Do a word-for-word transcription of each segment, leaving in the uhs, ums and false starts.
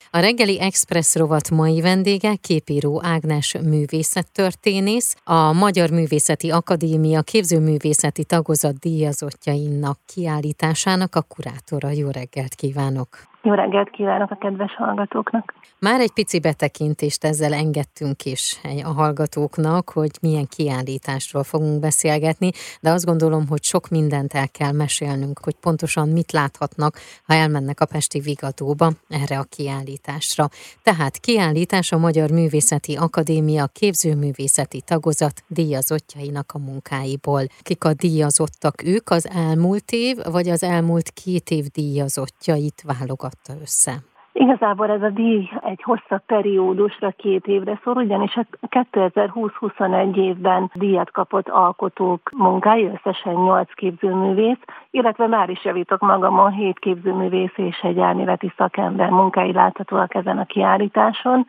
A reggeli Express rovat mai vendége képíró Ágnes művészettörténész, a Magyar Művészeti Akadémia képzőművészeti tagozat díjazottjainak kiállításának a kurátora. Jó reggelt kívánok! Jó reggelt kívánok a kedves hallgatóknak! Már egy pici betekintést ezzel engedtünk is a hallgatóknak, hogy milyen kiállításról fogunk beszélgetni, de azt gondolom, hogy sok mindent el kell mesélnünk, hogy pontosan mit láthatnak, ha elmennek a pesti Vigadóba erre a kiállításra. Tehát kiállítás a Magyar Művészeti Akadémia képzőművészeti tagozat díjazottjainak a munkáiból. Kik a díjazottak? Ők az elmúlt év, vagy az elmúlt két év díjazottjait válogatta össze? Igazából ez a díj egy hosszabb periódusra, két évre szól, ugyanis a kétezer-húsz-huszonegy évben díjat kapott alkotók munkái, összesen nyolc képzőművész, illetve már is javítok magamon, hét képzőművész és egy elméleti szakember munkái láthatóak ezen a kiállításon.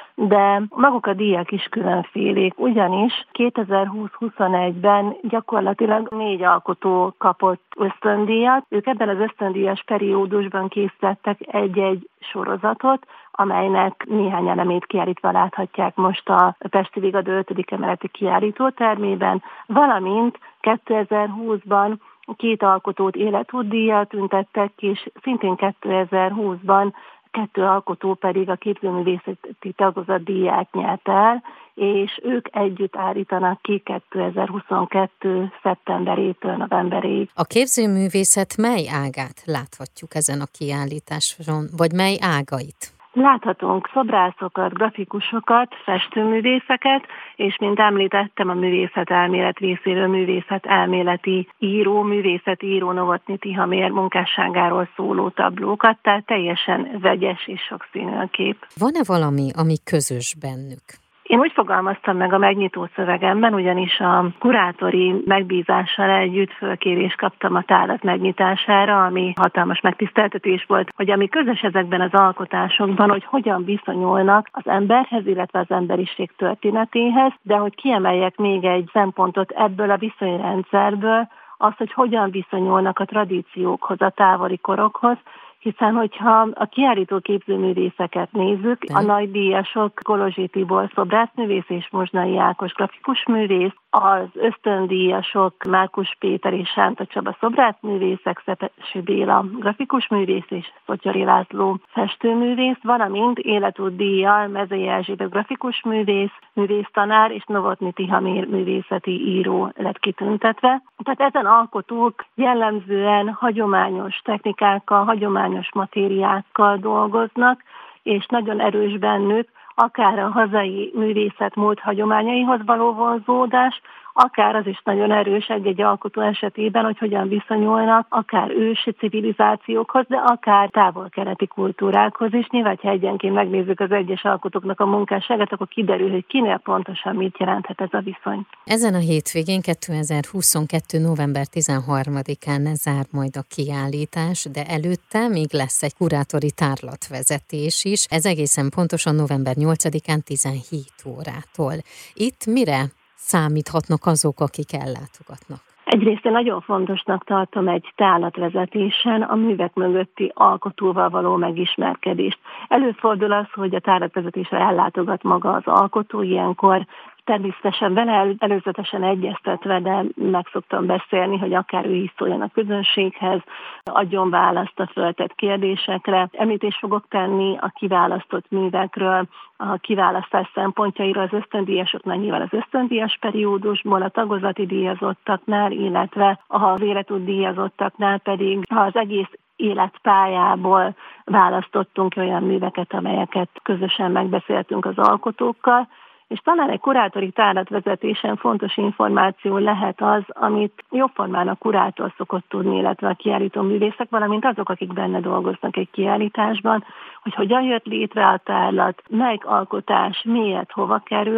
De maguk a díjak is különfélék, ugyanis kétezer-húsz-huszonegyben gyakorlatilag négy alkotó kapott ösztöndíjat. Ők ebben az ösztöndíjas periódusban készítettek egy-egy sorozatot, amelynek néhány elemét kiállítva láthatják most a Pesti Vigadó ötödik emeleti kiállítótermében, valamint kétezer-húszban két alkotót életútdíjat tüntettek, és szintén kétezer-húszban kettő alkotó pedig a képzőművészeti tagozat díját nyert el, és ők együtt állítanak ki kétezer-huszonkettő szeptemberétől novemberéig. A képzőművészet mely ágát láthatjuk ezen a kiállításon, vagy mely ágait? Láthatunk szobrászokat, grafikusokat, festőművészeket, és mint említettem, a művészetelmélet részéről művészetelméleti író, művészeti író Novotny Tihamér munkásságáról szóló tablókat, tehát teljesen vegyes és sokszínű a kép. Van-e valami, ami közös bennük? Én úgy fogalmaztam meg a megnyitó szövegemben, ugyanis a kurátori megbízással együtt fölkérést kaptam a tárlat megnyitására, ami hatalmas megtiszteltetés volt, hogy ami közös ezekben az alkotásokban, hogy hogyan viszonyulnak az emberhez, illetve az emberiség történetéhez, de hogy kiemeljek még egy szempontot ebből a viszonyrendszerből, az, hogy hogyan viszonyulnak a tradíciókhoz, a távoli korokhoz, hiszen hogyha a kiállító képzőművészeket nézzük, a nagydíjasok Kolozsi Tibor szobrászművész és Mosnai Ákos grafikusművész, az ösztöndíjasok Márkus Péter és Sánta Csaba szobrászművészek, Szepesi Béla grafikusművész és Szotyori László festőművész, valamint életútdíjjal Mezei Erzsébet grafikusművész, művésztanár és Novotny Tihamér művészeti író lett kitüntetve. Tehát ezen alkotók jellemzően hagyományos technikákkal, hagyományos matériákkal dolgoznak, és nagyon erős bennük akár a hazai művészet múlt hagyományaihoz való vonzódás, akár az is nagyon erős egy-egy alkotó esetében, hogy hogyan viszonyulnak akár ősi civilizációkhoz, de akár távol-keleti kultúrákhoz is. Nyilván, ha egyenként megnézzük az egyes alkotóknak a munkásságát, akkor kiderül, hogy kinél pontosan mit jelenthet ez a viszony. Ezen a hétvégén kétezer-huszonkettő november tizenharmadikán zár majd a kiállítás, de előtte még lesz egy kurátori tárlatvezetés is. Ez egészen pontosan november nyolcadikán tizenhét órától. Itt mire számíthatnak azok, akik ellátogatnak? Egyrészt én nagyon fontosnak tartom egy tárlatvezetésen a művek mögötti alkotóval való megismerkedést. Előfordul az, hogy a tárlatvezetésre ellátogat maga az alkotó, ilyenkor természetesen vele előzetesen egyeztetve, de meg szoktam beszélni, hogy akár ő is szóljon a közönséghez, adjon választ a föltett kérdésekre. Említést fogok tenni a kiválasztott művekről, a kiválasztás szempontjairól az ösztöndíjasoknál, nyilván az ösztöndíjas periódusból, a tagozati díjazottaknál, illetve az életút díjazottaknál pedig az egész életpályából választottunk olyan műveket, amelyeket közösen megbeszéltünk az alkotókkal, és talán egy kurátori tárlatvezetésen fontos információ lehet az, amit jóformán a kurátor szokott tudni, illetve a kiállító művészek, valamint azok, akik benne dolgoznak egy kiállításban, hogy hogyan jött létre a tárlat, melyik alkotás miért hova került,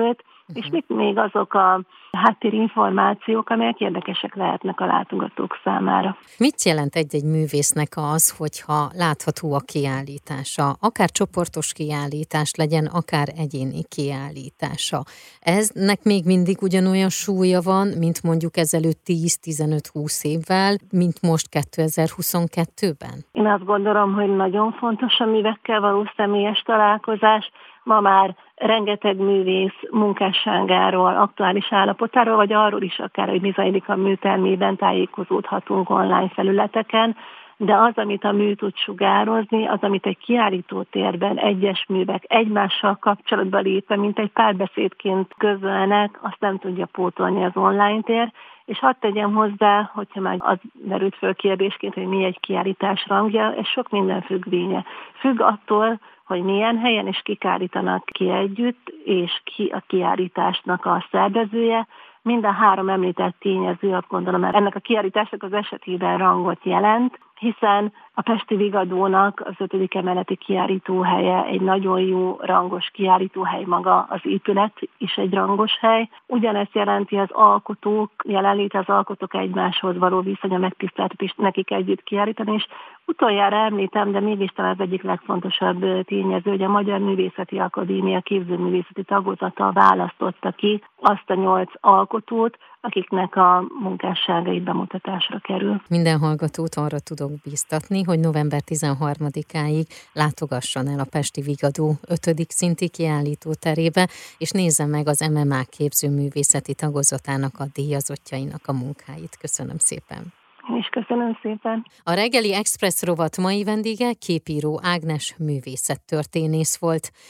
és mit még azok a háttérinformációk, amelyek érdekesek lehetnek a látogatók számára. Mit jelent egy-egy művésznek az, hogyha látható a kiállítása? Akár csoportos kiállítás legyen, akár egyéni kiállítása. Eznek még mindig ugyanolyan súlya van, mint mondjuk ezelőtt tíz-tizenöt-húsz évvel, mint most kétezer-huszonkettőben? Én azt gondolom, hogy nagyon fontos a művekkel való személyes találkozás. Ma már rengeteg művész munkásságáról, aktuális állapotáról, vagy arról is akár, hogy mi zajlik a műtermében, tájékozódhatunk online felületeken, de az, amit a mű tud sugározni, az, amit egy kiállítótérben egyes művek egymással kapcsolatba lépve, mint egy párbeszédként közölnek, azt nem tudja pótolni az online tér. És hadd tegyem hozzá, hogyha már az derült föl kérdésként, hogy mi egy kiállítás rangja, ez sok minden függvénye. Függ attól, hogy milyen helyen és kik állítanak ki együtt, és ki a kiállításnak a szervezője. Mind a három említett tényező, azt gondolom, mert ennek a kiállításnak az esetében rangot jelent, hiszen a Pesti Vigadónak az ötödik emeleti kiállítóhelye egy nagyon jó rangos kiállítóhely, maga az épület is egy rangos hely. Ugyanezt jelenti az alkotók jelenléte, az alkotók egymáshoz való viszonya, megtiszteltetés nekik együtt kiállítani, és utoljára említem, de mégis talán az egyik legfontosabb tényező, hogy a Magyar Művészeti Akadémia képzőművészeti tagozata választotta ki azt a nyolc alkotót, akiknek a munkásságai bemutatásra kerül. Minden hallgatót arra tudok bíztatni, hogy november tizenharmadikáig látogasson el a Pesti Vigadó ötödik szinti kiállító terébe, és nézze meg az em em á képzőművészeti tagozatának a díjazottjainak a munkáit. Köszönöm szépen! És köszönöm szépen! A reggeli Express rovat mai vendége képíró Ágnes művészettörténész volt.